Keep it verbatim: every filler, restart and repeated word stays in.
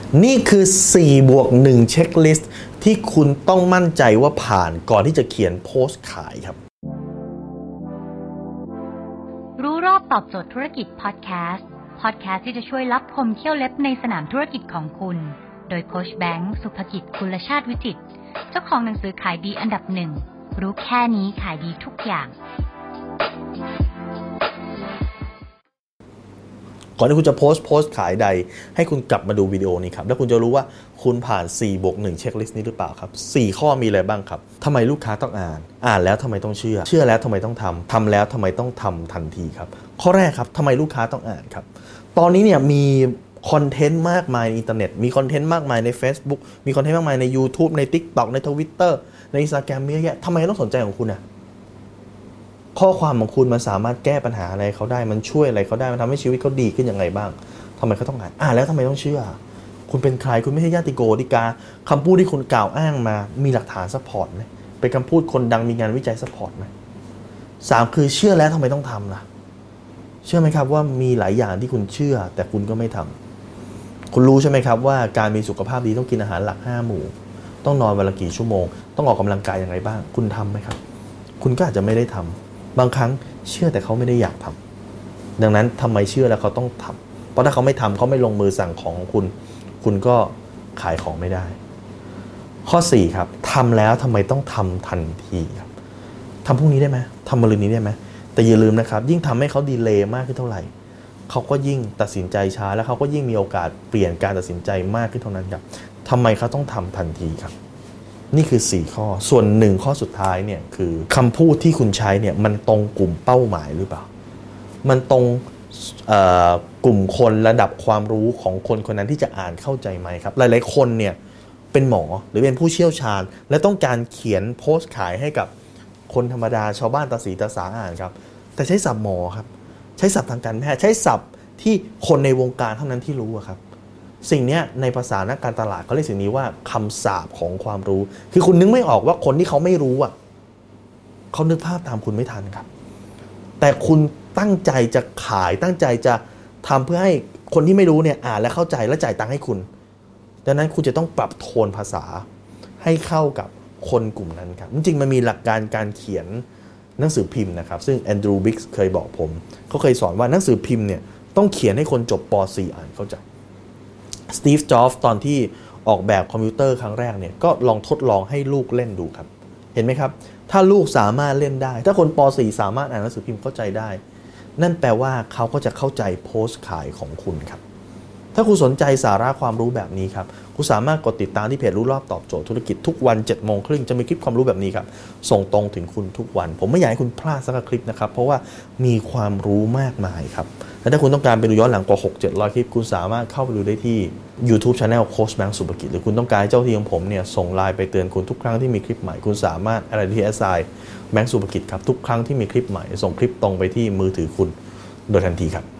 นี่คือสี่บวกหนึ่งเช็คลิสต์ที่คุณต้องมั่นใจว่าผ่านก่อนที่จะเขียนโพสต์ขายครับรู้รอบตอบโจทย์ธุรกิจพอดแคสต์พอดแคสต์ที่จะช่วยลับคมเขี้ยวเล็บในสนามธุรกิจของคุณโดยโค้ชแบงค์สุภกิจกุลชาติวิจิตรเจ้าของหนังสือขายดีอันดับหนึ่งรู้แค่นี้ขายดีทุกอย่างก่อนที่คุณจะโพสต์โพสต์ขายใดให้คุณกลับมาดูวิดีโอนี้ครับแล้วคุณจะรู้ว่าคุณผ่านสี่บวกหนึ่งเช็คลิสต์นี้หรือเปล่าครับสี่ข้อมีอะไรบ้างครับทำไมลูกค้าต้องอ่านอ่านแล้วทำไมต้องเชื่อเชื่อแล้วทำไมต้องทำทำแล้วทำไมต้องทำทันทีครับข้อแรกครับทำไมลูกค้าต้องอ่านครับตอนนี้เนี่ยมีคอนเทนต์มากมายในอินเทอร์เน็ตมีคอนเทนต์มากมายใน Facebook มีคอนเทนต์มากมายใน YouTube ใน TikTok ใน Twitter ใน Instagram เยอะแยะทำไมต้องสนใจของคุณอ่ะข้อความของคุณมันสามารถแก้ปัญหาอะไรเขาได้มันช่วยอะไรเขาได้มันทำให้ชีวิตเขาดีขึ้นยังไงบ้างทำไมเขาต้องอ่านอ่านแล้วทำไมต้องเชื่อคุณเป็นใครคุณไม่ใช่ญาติโกติกาคำพูดที่คุณกล่าวอ้างมามีหลักฐานซัพพอร์ตไหมเป็นคำพูดคนดังมีงานวิจัยซัพพอร์ตไหมสามคือเชื่อแล้วทำไมต้องทำล่ะเชื่อไหมครับว่ามีหลายอย่างที่คุณเชื่อแต่คุณก็ไม่ทำคุณรู้ใช่ไหมครับว่าการมีสุขภาพดีต้องกินอาหารหลักห้าหมู่ต้องนอนวันละกี่ชั่วโมงต้องออกกำลังกายยังไงบ้างคุณทำไหมครับคุณก็อาจจะไม่ได้ทำบางครั้งเชื่อแต่เขาไม่ได้อยากทำดังนั้นทำไมเชื่อแล้วเขาต้องทำเพราะถ้าเขาไม่ทำเขาไม่ลงมือสั่งของคุณคุณก็ขายของไม่ได้ข้อสี่ครับทำแล้วทำไมต้องทำทันทีครับทำพรุ่งนี้ได้ไหมทำมะรืนนี้ได้ไหมแต่อย่าลืมนะครับยิ่งทำให้เขาดีเลย์มากขึ้นเท่าไหร่เขาก็ยิ่งตัดสินใจช้าแล้วเขาก็ยิ่งมีโอกาสเปลี่ยนการตัดสินใจมากขึ้นเท่านั้นครับทำไมเขาต้องทำทันทีครับนี่คือสี่ข้อส่วนหนึ่งข้อสุดท้ายเนี่ยคือคำพูดที่คุณใช้เนี่ยมันตรงกลุ่มเป้าหมายหรือเปล่ามันตรงกลุ่มคนระดับความรู้ของคนคนนั้นที่จะอ่านเข้าใจไหมครับหลายๆคนเนี่ยเป็นหมอหรือเป็นผู้เชี่ยวชาญและต้องการเขียนโพสต์ขายให้กับคนธรรมดาชาวบ้านตาสีตาสาอ่านครับแต่ใช้ศัพท์หมอครับใช้ศัพท์ทางการแพทย์ใช้ศัพท์ที่คนในวงการเท่านั้นที่รู้ครับสิ่งนี้ในภาษานักการตลาดเขาเรียกสิ่งนี้ว่าคำสาปของความรู้คือคุณนึกไม่ออกว่าคนที่เขาไม่รู้อ่ะเขานึกภาพตามคุณไม่ทันครับแต่คุณตั้งใจจะขายตั้งใจจะทำเพื่อให้คนที่ไม่รู้เนี่ยอ่านและเข้าใจและจ่ายตังค์ให้คุณดังนั้นคุณจะต้องปรับโทนภาษาให้เข้ากับคนกลุ่มนั้นครับจริงๆมันมีหลักการการเขียนหนังสือพิมพ์นะครับซึ่งแอนดรูว์บิกส์เคยบอกผมเขาเคยสอนว่าหนังสือพิมพ์เนี่ยต้องเขียนให้คนจบป .สี่ อ่านเข้าใจสตีฟ จ็อบส์ตอนที่ออกแบบคอมพิวเตอร์ครั้งแรกเนี่ยก็ลองทดลองให้ลูกเล่นดูครับเห็นไหมครับถ้าลูกสามารถเล่นได้ถ้าคนป .สี่ สามารถอ่านหนังสือพิมพ์เข้าใจได้นั่นแปลว่าเขาก็จะเข้าใจโพสต์ขายของคุณครับถ้าคุณสนใจสาระความรู้แบบนี้ครับคุณสามารถกดติดตามที่เพจรู้รอบตอบโจทย์ธุรกิจทุกวัน เจ็ดโมงครึ่งจะมีคลิปความรู้แบบนี้ครับส่งตรงถึงคุณทุกวันผมไม่อยากให้คุณพลาดสักคลิปนะครับเพราะว่ามีความรู้มากมายครับและถ้าคุณต้องการไปดูย้อนหลังกว่า หกถึงเจ็ดร้อย คลิปคุณสามารถเข้าไปดูได้ที่ YouTube Channel โค้ชแบงค์สุภกิจหรือคุณต้องการให้เจ้าที่ของผมเนี่ยส่งไลน์ไปเตือนคุณทุกครั้งที่มีคลิปใหม่คุณสามารถอะไรที่ เอส ไอ แบงค์สุภกิจครับทุกครั้งที่มีคลิปใหม่ส่งคลิปตรงไปที่มือถือคุณโดยทันทีครับ